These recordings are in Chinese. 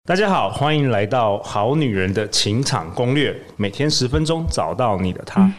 大家好，欢迎来到《好女人的情场攻略》，每天10分钟，找到你的他。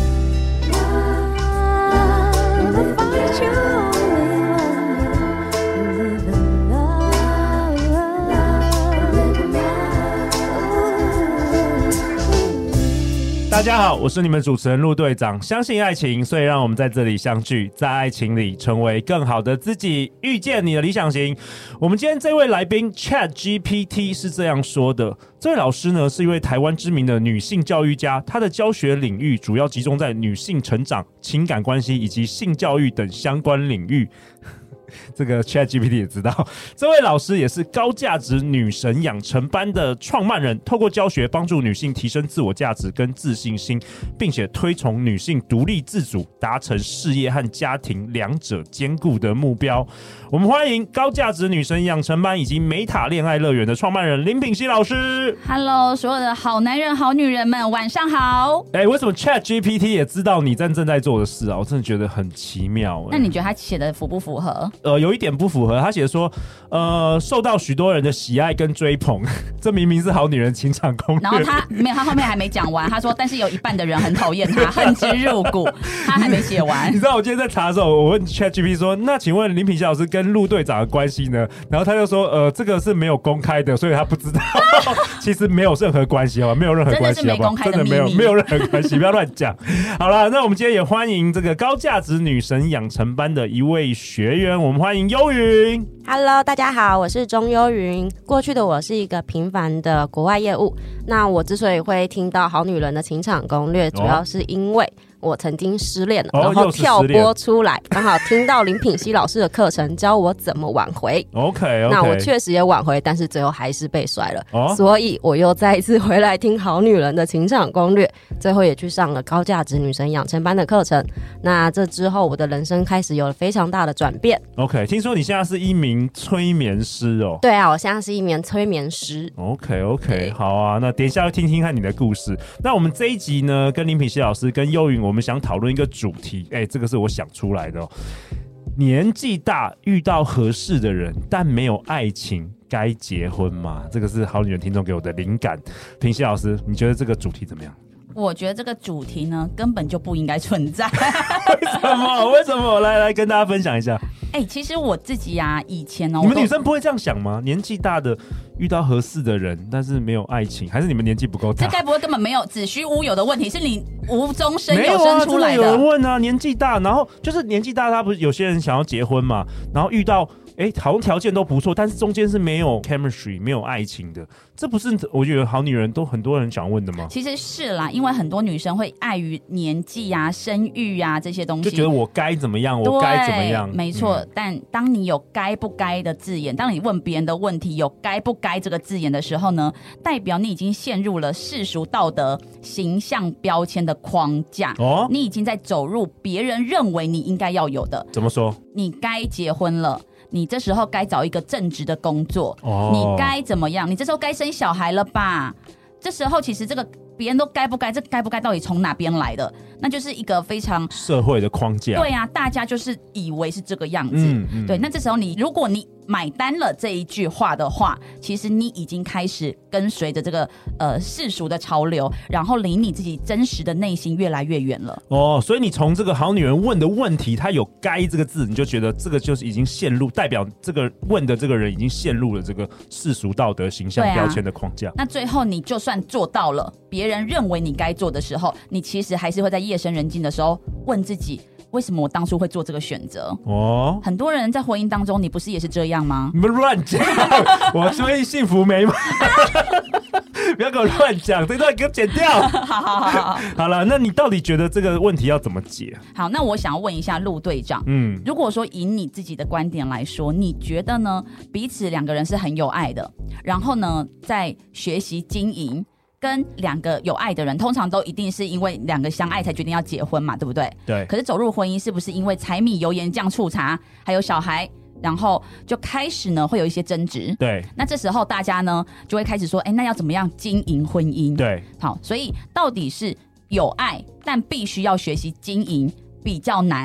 大家好，我是你们主持人陆队长。相信爱情，所以让我们在这里相聚，在爱情里成为更好的自己，遇见你的理想型。我们今天这位来宾 ChatGPT 是这样说的：这位老师呢是一位台湾知名的女性教育家，她的教学领域主要集中在女性成长、情感关系以及性教育等相关领域。这个 ChatGPT 也知道，这位老师也是高价值女神养成班的创办人，透过教学帮助女性提升自我价值跟自信心，并且推崇女性独立自主，达成事业和家庭两者兼顾的目标。我们欢迎高价值女神养成班以及美塔恋爱乐园的创办人林品熙老师。 Hello， 所有的好男人、好女人们，晚上好。 为什么 ChatGPT 也知道你正在做的事啊？我真的觉得很奇妙。 那你觉得他写的符不符合？ 有一点不符合。他写说，受到许多人的喜爱跟追捧，这明明是好女人情场攻略。 然后他后面还没讲完，他说，但是有一半的人很讨厌他，恨之入骨。他还没写完。 你知道我今天在查的时候，我问 ChatGPT 说，那请问林品熙老师跟陆队长的关系呢？然后他就说，这个是没有公开的，所以他不知道。其实没有任何关系，好吧？没有任何关系， 真的是没公开的秘密， 真的没有任何关系，不要乱讲。好了，那我们今天也欢迎这个高价值女神养成班的一位学员，我们欢迎悠云。 Hello， 大家好，我是钟悠云。过去的我是一个平凡的国外业务，那我之所以会听到好女人的情场攻略，主要是因为我曾经失恋了，然后跳播出来，刚好听到林品熙老师的课程，教我怎么挽回。 OK， 那我确实也挽回，但是最后还是被甩了，所以我又再一次回来听好女人的情场攻略，最后也去上了高价值女神养成班的课程。那这之后，我的人生开始有了非常大的转变。 OK， 听说你现在是一名催眠师哦？ 对啊，我现在是一名催眠师。 OK， 好啊，那等一下要听听看你的故事。那我们这一集呢，跟林品熙老师跟悠云，我们想讨论一个主题，这个是我想出来的哦。年纪大遇到合适的人，但没有爱情，该结婚吗？这个是好女人听众给我的灵感。品熙老师，你觉得这个主题怎么样？ 我觉得这个主题呢，根本就不应该存在。 为什么？来跟大家分享一下。 其实我自己以前你们女生不会这样想吗？年纪大的遇到合适的人，但是没有爱情，还是你们年纪不够大？ 这该不会根本没有子虚乌有的问题，是你无中生有生出来的？ 没有啊，真的有人问啊，年纪大，然后就是年纪大，他不是有些人想要结婚嘛，然后遇到好像条件都不错，但是中间是没有 chemistry 没有爱情的，这不是我觉得好女人都很多人想问的吗？ 其实是啦，因为很多女生会碍于年纪生育这些东西， 就觉得我该怎么样，我该怎么样， 没错。但当你有该不该的字眼，当你问别人的问题有该不该这个字眼的时候呢，代表你已经陷入了世俗道德形象标签的框架，你已经在走入别人认为你应该要有的。 怎么说？ 你该结婚了，你这时候该找一个正职的工作，你该怎么样？你这时候该生小孩了吧？这时候其实这个别人都该不该，这该不该到底从哪边来的？那就是一个非常社会的框架。 对啊，大家就是以为是这个样子。对，那这时候如果你买单了这一句话的话，其实你已经开始跟随着这个世俗的潮流，然后离你自己真实的内心越来越远了。 所以你从这个好女人问的问题，她有该这个字，你就觉得这个就是已经陷入，代表这个问的这个人已经陷入了这个世俗道德形象标签的框架。 那最后你就算做到了别人认为你该做的时候，你其实还是会在夜深人静的时候问自己，为什么我当初会做这个选择？很多人在婚姻当中，你不是也是这样吗？ 你们乱讲，我所以幸福美满。不要给我乱讲，这段给我剪掉。好了，那你到底觉得这个问题要怎么解？ 好，那我想要问一下陆队长，如果说以你自己的观点来说，你觉得呢？彼此两个人是很有爱的，然后呢，在学习经营。跟两个有爱的人，通常都一定是因为两个相爱才决定要结婚嘛，对不对？ 对。 可是走入婚姻，是不是因为柴米油盐酱醋茶，还有小孩，然后就开始呢会有一些争执？ 对。 那这时候大家呢就会开始说，那要怎么样经营婚姻？ 对。 好，所以到底是有爱，但必须要学习经营比较难，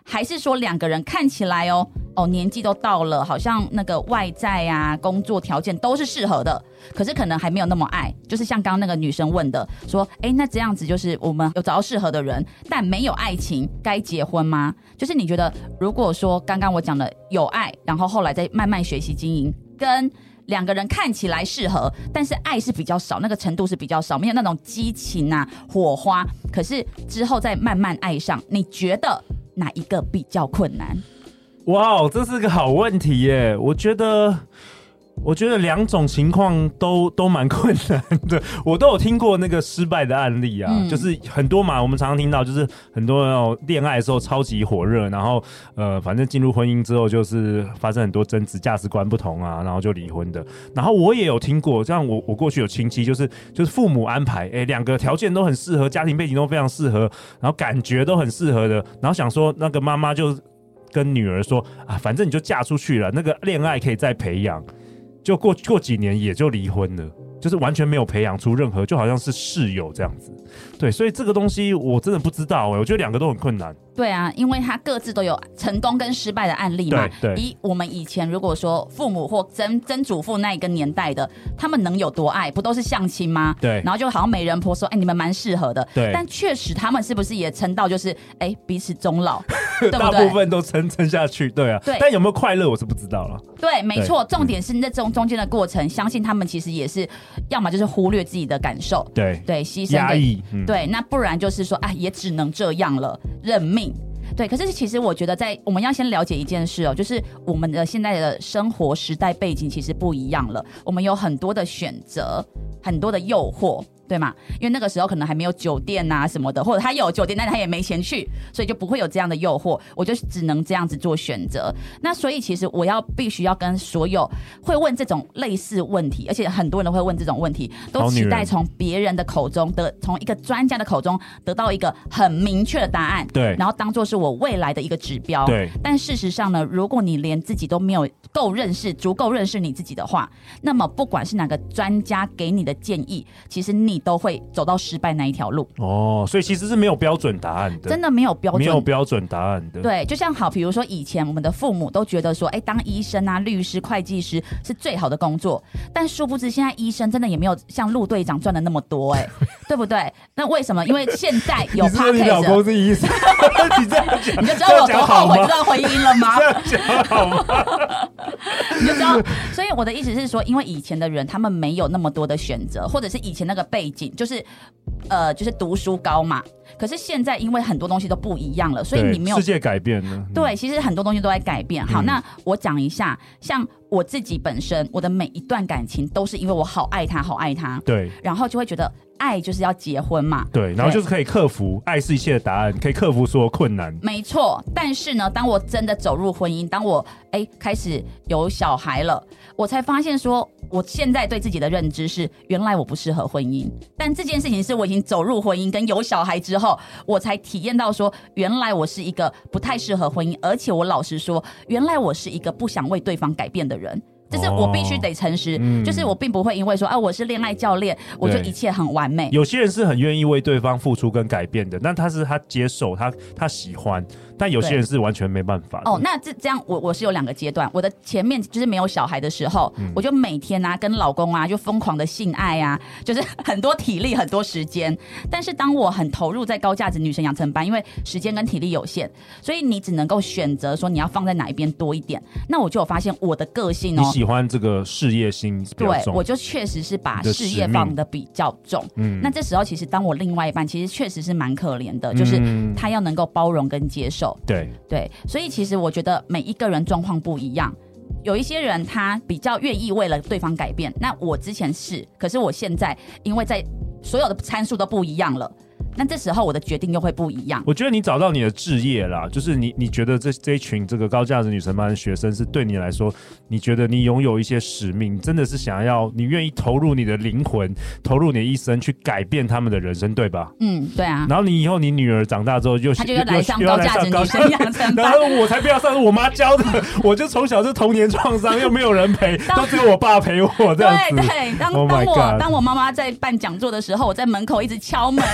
还是说两个人看起来年纪都到了，好像那个外在啊工作条件都是适合的，可是可能还没有那么爱，就是像刚刚那个女生问的说那这样子就是我们有找到适合的人但没有爱情，该结婚吗？就是你觉得如果说刚刚我讲的有爱，然后后来再慢慢学习经营，跟两个人看起来适合但是爱是比较少，那个程度是比较少，没有那种激情啊火花，可是之后再慢慢爱上，你觉得哪一个比较困难？ 哇，这是个好问题耶！我觉得两种情况都蛮困难的。我都有听过那个失败的案例啊，就是很多嘛，我们常常听到，就是很多恋爱的时候超级火热，然后反正进入婚姻之后就是发生很多争执，价值观不同啊，然后就离婚的。然后我也有听过，像我过去有亲戚，就是父母安排，两个条件都很适合，家庭背景都非常适合，然后感觉都很适合的，然后想说那个妈妈就跟女儿说啊，反正你就嫁出去了，那个恋爱可以再培养。就过几年也就离婚了，就是完全没有培养出任何，就好像是室友这样子。对，所以这个东西我真的不知道我觉得两个都很困难。 对啊，因为他各自都有成功跟失败的案例嘛。 对， 以我们以前如果说父母或曾祖父那一个年代的，他们能有多爱？不都是相亲吗？ 对， 然后就好像媒人婆说，你们蛮适合的。 对， 但确实他们是不是也撑到就是彼此终老，对不对？ 大部分都撑下去，对啊。 对， 但有没有快乐我是不知道了。 对，没错，重点是那中间的过程，相信他们其实也是，要么就是忽略自己的感受， 对， 牺牲压抑， 对，那不然就是说也只能这样了，认命。对，可是其实我觉得我们要先了解一件事就是我们的现在的生活时代背景其实不一样了，我们有很多的选择，很多的诱惑，对吗？因为那个时候可能还没有酒店啊什么的，或者他有酒店但他也没钱去，所以就不会有这样的诱惑，我就只能这样子做选择。那所以其实我必须要跟所有会问这种类似问题，而且很多人都会问这种问题，都期待从别人的口中从一个专家的口中得到一个很明确的答案， 对， 然后当作是我未来的一个指标， 对。 但事实上呢，如果你连自己都没有足够认识你自己的话，那么不管是哪个专家给你的建议，其实你都会走到失败那一条路。 所以其实是没有标准答案的， 真的没有标准答案的。 对，就像比如说以前我们的父母都觉得说，当医生啊、律师、会计师是最好的工作，但殊不知现在医生真的也没有像陆队长赚的那么多，对不对？那为什么？因为现在有 Podcast， 你老公是医生，你这样讲， 你就知道我多后悔这段婚姻了吗？ 这样讲好吗？ 你就知道，所以我的意思是说，因为以前的人他们没有那么多的选择，或者是以前那个背景就是读书高嘛。可是现在因为很多东西都不一样了，所以你没有， 世界改变了。 对，其实很多东西都在改变。好，那我讲一下，像我自己本身，我的每一段感情都是因为我好爱他，好爱他， 对， 然后就会觉得爱就是要结婚嘛， 对，然后就是可以克服，爱是一切的答案，可以克服所有困难， 没错。但是呢，当我真的走入婚姻，当我开始有小孩了，我才发现说，我现在对自己的认知是，原来我不适合婚姻。但这件事情是我已经走入婚姻跟有小孩之后，我才体验到说，原来我是一个不太适合婚姻，而且我老实说，原来我是一个不想为对方改变的人。就是我必须得诚实，就是我并不会因为说我是恋爱教练，我就一切很完美。 有些人是很愿意为对方付出跟改变的，那他接受，他喜欢，但有些人是完全没办法的。 那这样我是有2个阶段。我的前面就是没有小孩的时候，我就每天跟老公就疯狂的性爱啊，就是很多体力很多时间。但是当我很投入在高价值女神养成班，因为时间跟体力有限，所以你只能够选择说你要放在哪一边多一点。那我就有发现我的个性你喜欢这个事业心比较重， 对，我就确实是把事业放得比较重。那这时候其实当我另外一半其实确实是蛮可怜的，就是他要能够包容跟接受。 对， 所以其实我觉得每一个人状况不一样，有一些人他比较愿意为了对方改变，那我之前是，可是我现在因为在所有的参数都不一样了，那这时候我的决定又会不一样。 我觉得你找到你的志业啦，就是你觉得这一群这个高价值女神班的学生是对你来说，你觉得你拥有一些使命，真的是想要你愿意投入你的灵魂，投入你的一生去改变他们的人生，对吧？ 对啊。 然后你以后你女儿长大之后她就来上高价值女神养成班， 然后我才不要上，我妈教的，我就从小是童年创伤，又没有人陪，都只有我爸陪我这样子。 对，当我妈妈在办讲座的时候，我在门口一直敲门哭。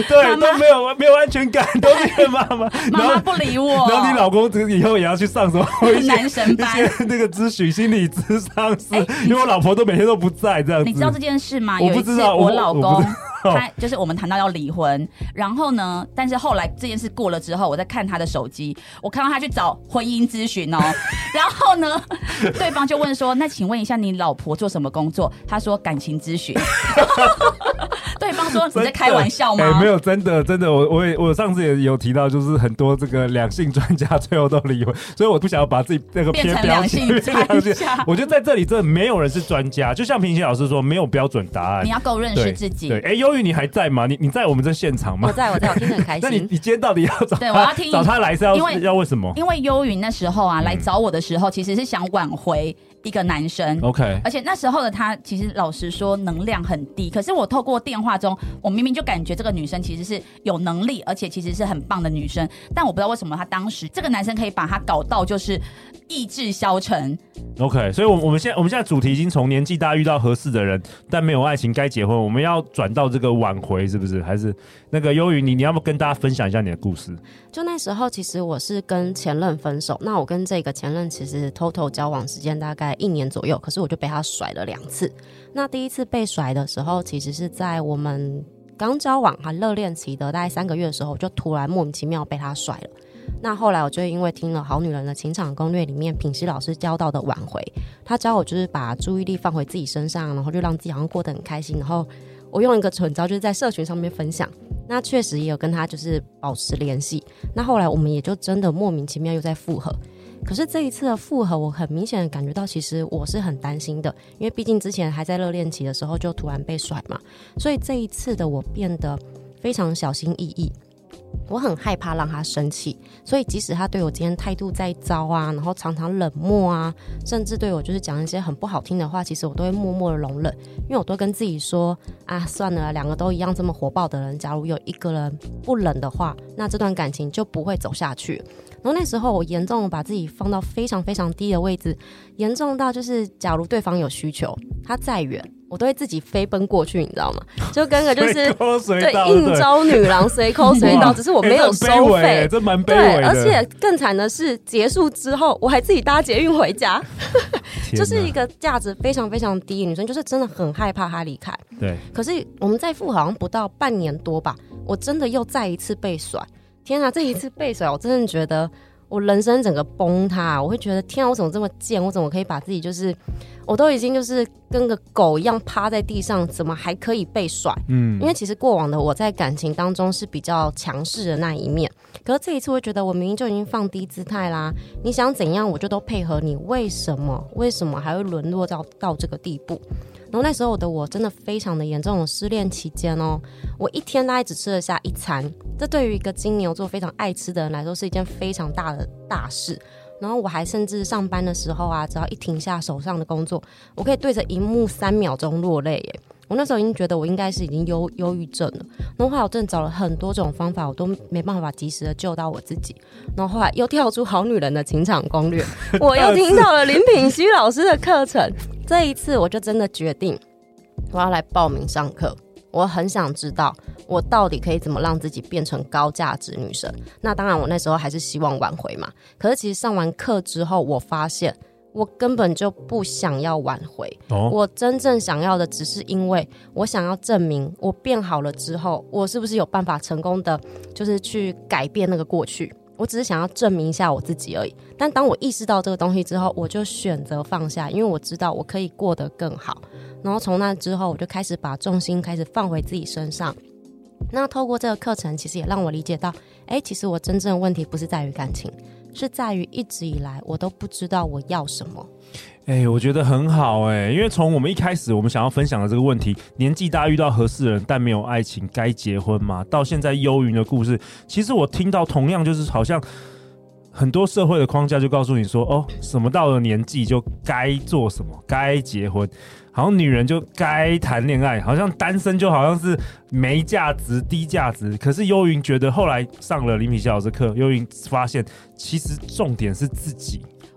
对，都没有安全感，都是因为妈妈不理我， 然后你老公以后也要去上什么男神班， 一些那个咨询心理咨商师，因为我老婆都每天都不在这样子。 你知道这件事吗？ 我不知道， 我老公他就是我们谈到要离婚，然后呢，但是后来这件事过了之后，我在看他的手机，我看到他去找婚姻咨询哦，然后呢，对方就问说：“那请问一下，你老婆做什么工作？”他说：“感情咨询。”对方说：“你在开玩笑吗？” 没有，真的，我上次也有提到，就是很多这个两性专家最后都离婚，所以我不想要把自己那个变成两性专家。 我觉得在这里真的没有人是专家，就像平行老师说，没有标准答案， 你要够认识自己。 对，忧郁你还在吗？你在我们这现场吗？ 我在，我听得很开心。 那你今天到底要找他？ 对，我要听找他来是要为什么？ 因为忧郁那时候啊，来找我的时候，其实是想挽回一个男生 ，OK， 而且那时候的他其实老实说能量很低，可是我透过电话中，我明明就感觉这个女生其实是有能力，而且其实是很棒的女生，但我不知道为什么他当时这个男生可以把他搞到就是意志消沉。 OK， 所以我们现在主题已经从年纪大遇到合适的人，但没有爱情该结婚，我们要转到这个挽回，是不是？还是那个忧郁，你要不要跟大家分享一下你的故事？ 就那时候，其实我是跟前任分手，那我跟这个前任其实 total 交往时间大概1年左右，可是我就被他甩了2次。那第一次被甩的时候，其实是在我们刚交往还热恋期的大概3个月的时候，就突然莫名其妙被他甩了。那后来我就因为听了《好女人的情场攻略》里面品熙老师教到的挽回，他教我就是把注意力放回自己身上，然后就让自己好像过得很开心。然后我用一个蠢招，就是在社群上面分享，那确实也有跟他就是保持联系。那后来我们也就真的莫名其妙又在复合。可是这一次的复合，我很明显的感觉到，其实我是很担心的，因为毕竟之前还在热恋期的时候就突然被甩嘛，所以这一次的我变得非常小心翼翼。我很害怕让他生气，所以即使他对我今天态度再糟啊，然后常常冷漠啊，甚至对我就是讲一些很不好听的话，其实我都会默默的容忍，因为我都跟自己说啊，算了，两个都一样这么火爆的人，假如有一个人不冷的话，那这段感情就不会走下去。然后那时候我严重把自己放到非常非常低的位置，严重到就是假如对方有需求，他再远我都会自己飞奔过去，你知道吗？就跟个就是对应招女郎随抠随到，只是我没有收费， 这蛮卑微的。 对，而且更惨的是，结束之后我还自己搭捷运回家，就是一个价值非常非常低的女生，就是真的很害怕她离开。 对， 可是我们在复合好像不到半年多吧，我真的又再一次被甩。天啊，这一次被甩，我真的觉得我人生整个崩塌，我会觉得天啊，我怎么这么贱？我怎么可以把自己就是我都已经就是跟个狗一样趴在地上，怎么还可以被甩？因为其实过往的我在感情当中是比较强势的那一面，可是这一次我会觉得我明明就已经放低姿态啦，你想怎样我就都配合你，为什么还会沦落到这个地步？然后那时候的我真的非常的严重的失恋期间哦，我一天大概只吃得下1餐，这对于一个金牛座非常爱吃的人来说是一件非常大的大事。然后我还甚至上班的时候啊，只要一停下手上的工作，我可以对着荧幕3秒钟落泪耶。我那时候已经觉得我应该是已经忧郁症了，然后后来我真的找了很多种方法，我都没办法及时的救到我自己。然后后来又跳出好女人的情场攻略，我又听到了林品熙老师的课程。这一次我就真的决定我要来报名上课，我很想知道我到底可以怎么让自己变成高价值女生。那当然我那时候还是希望挽回嘛，可是其实上完课之后我发现我根本就不想要挽回，我真正想要的只是因为我想要证明我变好了之后，我是不是有办法成功的就是去改变那个过去，我只是想要证明一下我自己而已。但当我意识到这个东西之后，我就选择放下，因为我知道我可以过得更好。然后从那之后我就开始把重心开始放回自己身上。那透过这个课程其实也让我理解到，其实我真正的问题不是在于感情，是在于一直以来我都不知道我要什么。 我觉得很好因为从我们一开始我们想要分享的这个问题，年纪大遇到合适的人但没有爱情该结婚吗？到现在忧云的故事，其实我听到同样就是好像很多社会的框架就告诉你说，什么到了年纪就该做什么，该结婚，好像女人就该谈恋爱，好像单身就好像是没价值、低价值。可是忧云觉得后来上了林品熙老师课，忧云发现其实重点是自己。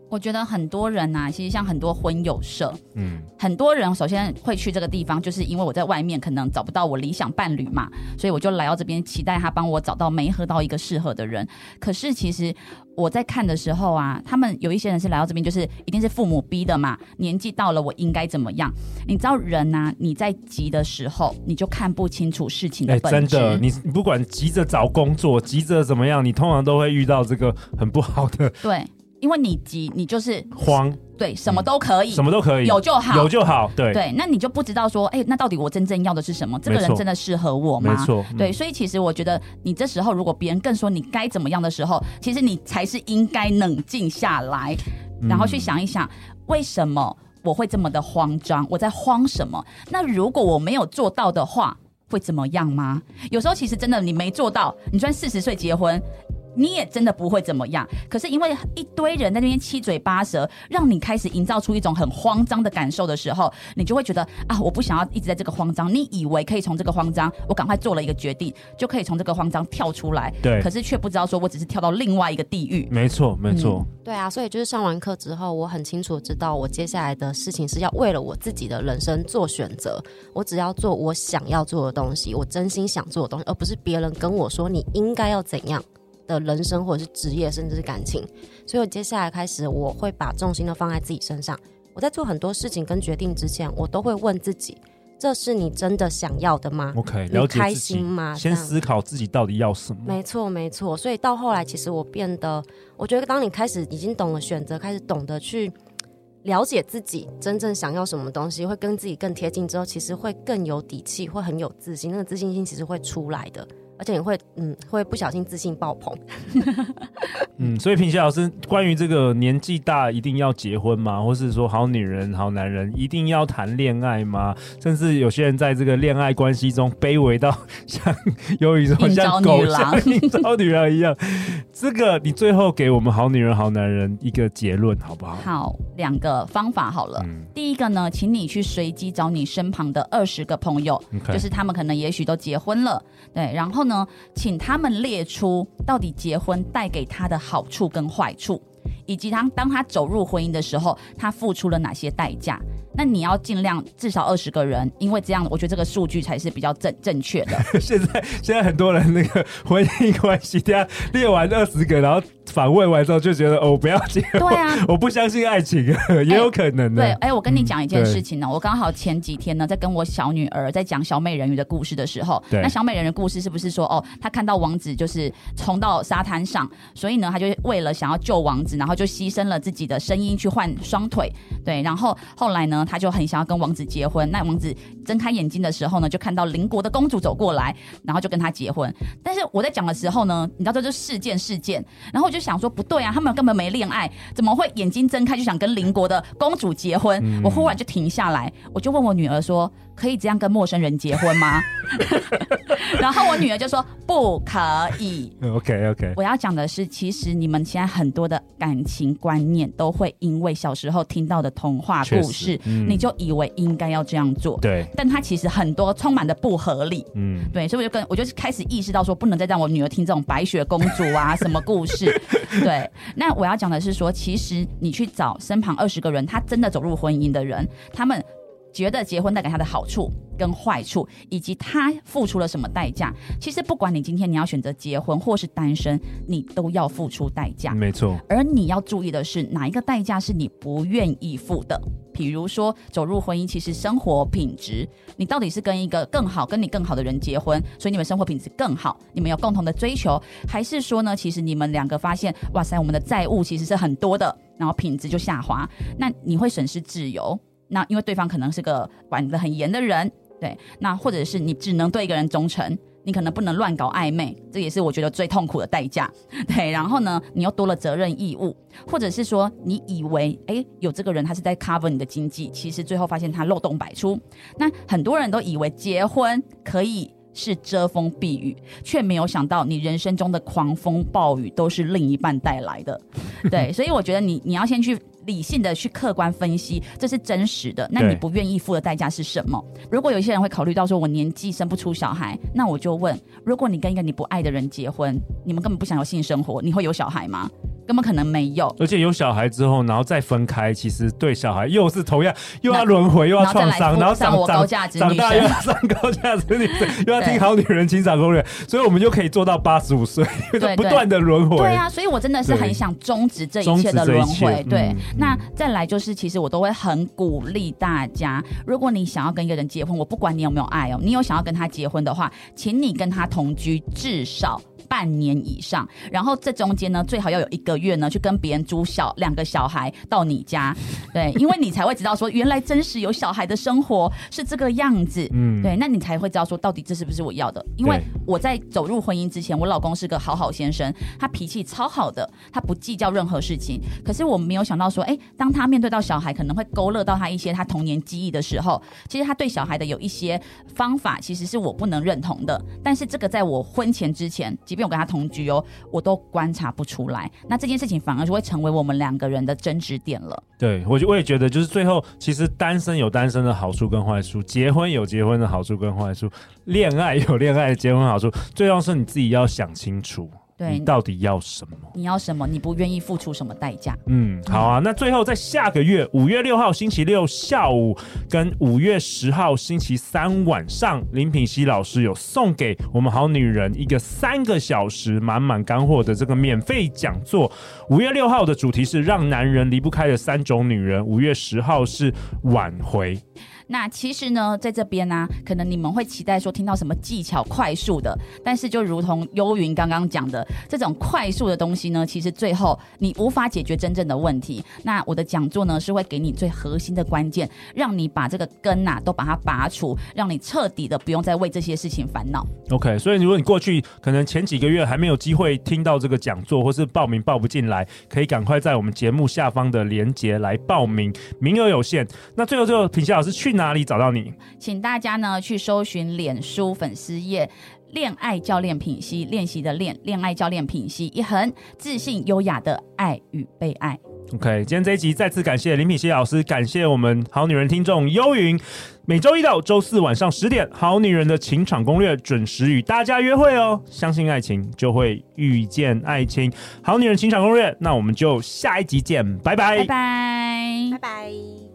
我觉得很多人啊，其实像很多婚友社，很多人首先会去这个地方，就是因为我在外面可能找不到我理想伴侣嘛，所以我就来到这边，期待他帮我找到媒合到一个适合的人。可是其实我在看的时候啊，他们有一些人是来到这边，就是一定是父母逼的嘛，年纪到了我应该怎么样？你知道人啊，你在急的时候，你就看不清楚事情的本质。 真的，你不管急着找工作，急着怎么样，你通常都会遇到这个很不好的。 对。因为你急，你就是慌， 对，什么都可以， 什么都可以， 有就好， 有就好，对对，那你就不知道说，那到底我真正要的是什么？这个人真的适合我吗？ 没错， 对，所以其实我觉得，你这时候如果别人更说你该怎么样的时候，其实你才是应该冷静下来，然后去想一想，为什么我会这么的慌张？我在慌什么？那如果我没有做到的话，会怎么样吗？有时候其实真的你没做到，你就算40岁结婚。你也真的不会怎么样，可是因为一堆人在那边七嘴八舌，让你开始营造出一种很慌张的感受的时候，你就会觉得啊，我不想要一直在这个慌张。你以为可以从这个慌张，我赶快做了一个决定，就可以从这个慌张跳出来，对，可是却不知道说我只是跳到另外一个地狱。 没错，没错， 对啊，所以就是上完课之后，我很清楚知道我接下来的事情是要为了我自己的人生做选择，我只要做我想要做的东西，我真心想做的东西，而不是别人跟我说你应该要怎样的人生或者是职业甚至是感情。所以我接下来开始我会把重心都放在自己身上，我在做很多事情跟决定之前，我都会问自己，这是你真的想要的吗？ OK， 了解自己， 你开心吗？ 先思考自己到底要什么。 没错没错，所以到后来其实我变得，我觉得当你开始已经懂了选择，开始懂得去了解自己真正想要什么东西，会跟自己更贴近之后，其实会更有底气，会很有自信，那个自信心其实会出来的，而且你会不小心自信爆棚。 所以品贤老师，关于这个年纪大一定要结婚吗？或是说好女人好男人一定要谈恋爱吗？甚至有些人在这个恋爱关系中卑微到像忧郁说像狗像应招女郎一样，这个你最后给我们好女人好男人一个结论好不好？ 好，2个方法好了。第一个呢，请你去随机找你身旁的20个朋友，就是他们可能也许都结婚了，对，然后呢，请他们列出到底结婚带给他的好处跟坏处，以及当他走入婚姻的时候，他付出了哪些代价。那你要尽量至少20个人，因为这样我觉得这个数据才是比较正确的。 现在很多人那个婚姻关系，这样列完20个，然后反问完之后就觉得我不要结婚，对啊，我不相信爱情，也有可能的。 对，我跟你讲一件事情呢，我刚好前几天呢在跟我小女儿在讲小美人鱼的故事的时候，那小美人鱼的故事是不是说她看到王子就是冲到沙滩上，所以呢她就为了想要救王子，然后就牺牲了自己的声音去换双腿，对，然后后来呢她就很想要跟王子结婚，那王子睁开眼睛的时候呢，就看到邻国的公主走过来，然后就跟他结婚。但是我在讲的时候呢，你知道这就是事件，然后我就想说不对啊，他们根本没恋爱，怎么会眼睛睁开就想跟邻国的公主结婚？我忽然就停下来，我就问我女儿说，可以这样跟陌生人结婚吗？然后我女儿就说不可以。 OK， 我要讲的是，其实你们现在很多的感情观念都会因为小时候听到的童话故事，你就以为应该要这样做，对，但它其实很多充满的不合理，对，所以我就开始意识到说，不能再让我女儿听这种白雪公主啊什么故事，对。那我要讲的是说，其实你去找身旁20个人，他真的走入婚姻的人，他们觉得结婚带给他的好处跟坏处，以及他付出了什么代价。其实不管你今天你要选择结婚或是单身，你都要付出代价，没错。而你要注意的是，哪一个代价是你不愿意付的。比如说走入婚姻，其实生活品质，你到底是跟一个跟你更好的人结婚，所以你们生活品质更好，你们有共同的追求，还是说呢，其实你们2个发现，哇塞，我们的债务其实是很多的，然后品质就下滑，那你会损失自由。那因为对方可能是个管得很严的人，对，那或者是你只能对一个人忠诚，你可能不能乱搞暧昧，这也是我觉得最痛苦的代价，对。然后呢，你又多了责任义务，或者是说你以为有这个人他是在 cover 你的经济，其实最后发现他漏洞百出。那很多人都以为结婚可以是遮风避雨，却没有想到你人生中的狂风暴雨都是另一半带来的，对。所以我觉得你要先去理性的去客观分析，这是真实的，那你不愿意付的代价是什么？如果有一些人会考虑到说我年纪生不出小孩，那我就问，如果你跟一个你不爱的人结婚，你们根本不想有性生活，你会有小孩吗？ 根本可能没有。 而且有小孩之后，然后再分开，其实对小孩又是同样，又要轮回，又要创伤，然后长大又要上高价值女生，又要听好女人情场攻略，所以我们就可以做到85岁，不断的轮回。 对啊，所以我真的是很想终止这一切的轮回。对，那再来就是，其实我都会很鼓励大家，如果你想要跟一个人结婚，我不管你有没有爱哦，你有想要跟他结婚的话，请你跟他同居至少半年以上，然后这中间呢，最好要有1个月呢，去跟别人租2个小孩到你家，对，因为你才会知道说，原来真实有小孩的生活是这个样子，对，那你才会知道说，到底这是不是我要的？因为我在走入婚姻之前，我老公是个好先生，他脾气超好的，他不计较任何事情。可是我没有想到说，当他面对到小孩可能会勾勒到他一些他童年记忆的时候，其实他对小孩的有一些方法，其实是我不能认同的。但是这个在我婚前之前，即便我跟他同居我都观察不出来。那这件事情反而就会成为我们2个人的争执点了。 对，我也觉得，就是最后其实单身有单身的好处跟坏处，结婚有结婚的好处跟坏处，恋爱有恋爱的结婚好处，最重要是你自己要想清楚。对，你到底要什么？ 你要什么？你不愿意付出什么代价？ 好啊。那最后在下个月5月6号星期六下午跟5月10号星期3晚上，林品熙老师有送给我们好女人一个3个小时满满干货的这个免费讲座。5月6号的主题是让男人离不开的3种女人，5月10号是挽回。 那其实呢，在这边呢，可能你们会期待说听到什么技巧快速的，但是就如同幽云刚刚讲的，这种快速的东西呢，其实最后你无法解决真正的问题。那我的讲座呢，是会给你最核心的关键，让你把这个根都把它拔除，让你彻底的不用再为这些事情烦恼。 OK， 所以如果你过去可能前几个月还没有机会听到这个讲座，或是报名报不进来，可以赶快在我们节目下方的连结来报名，名额有限。那最后品熙老师去哪里找到你？ 请大家呢去搜寻脸书粉丝页恋爱教练品熙，练习的练，恋爱教练品熙，一横自信优雅的爱与被爱。 OK， 今天这一集再次感谢林品熙老师，感谢我们好女人听众幽云。每周一到周四晚上10点，好女人的情场攻略准时与大家约会哦。相信爱情，就会遇见爱情。好女人情场攻略，那我们就下一集见，拜拜， 拜拜， 拜拜。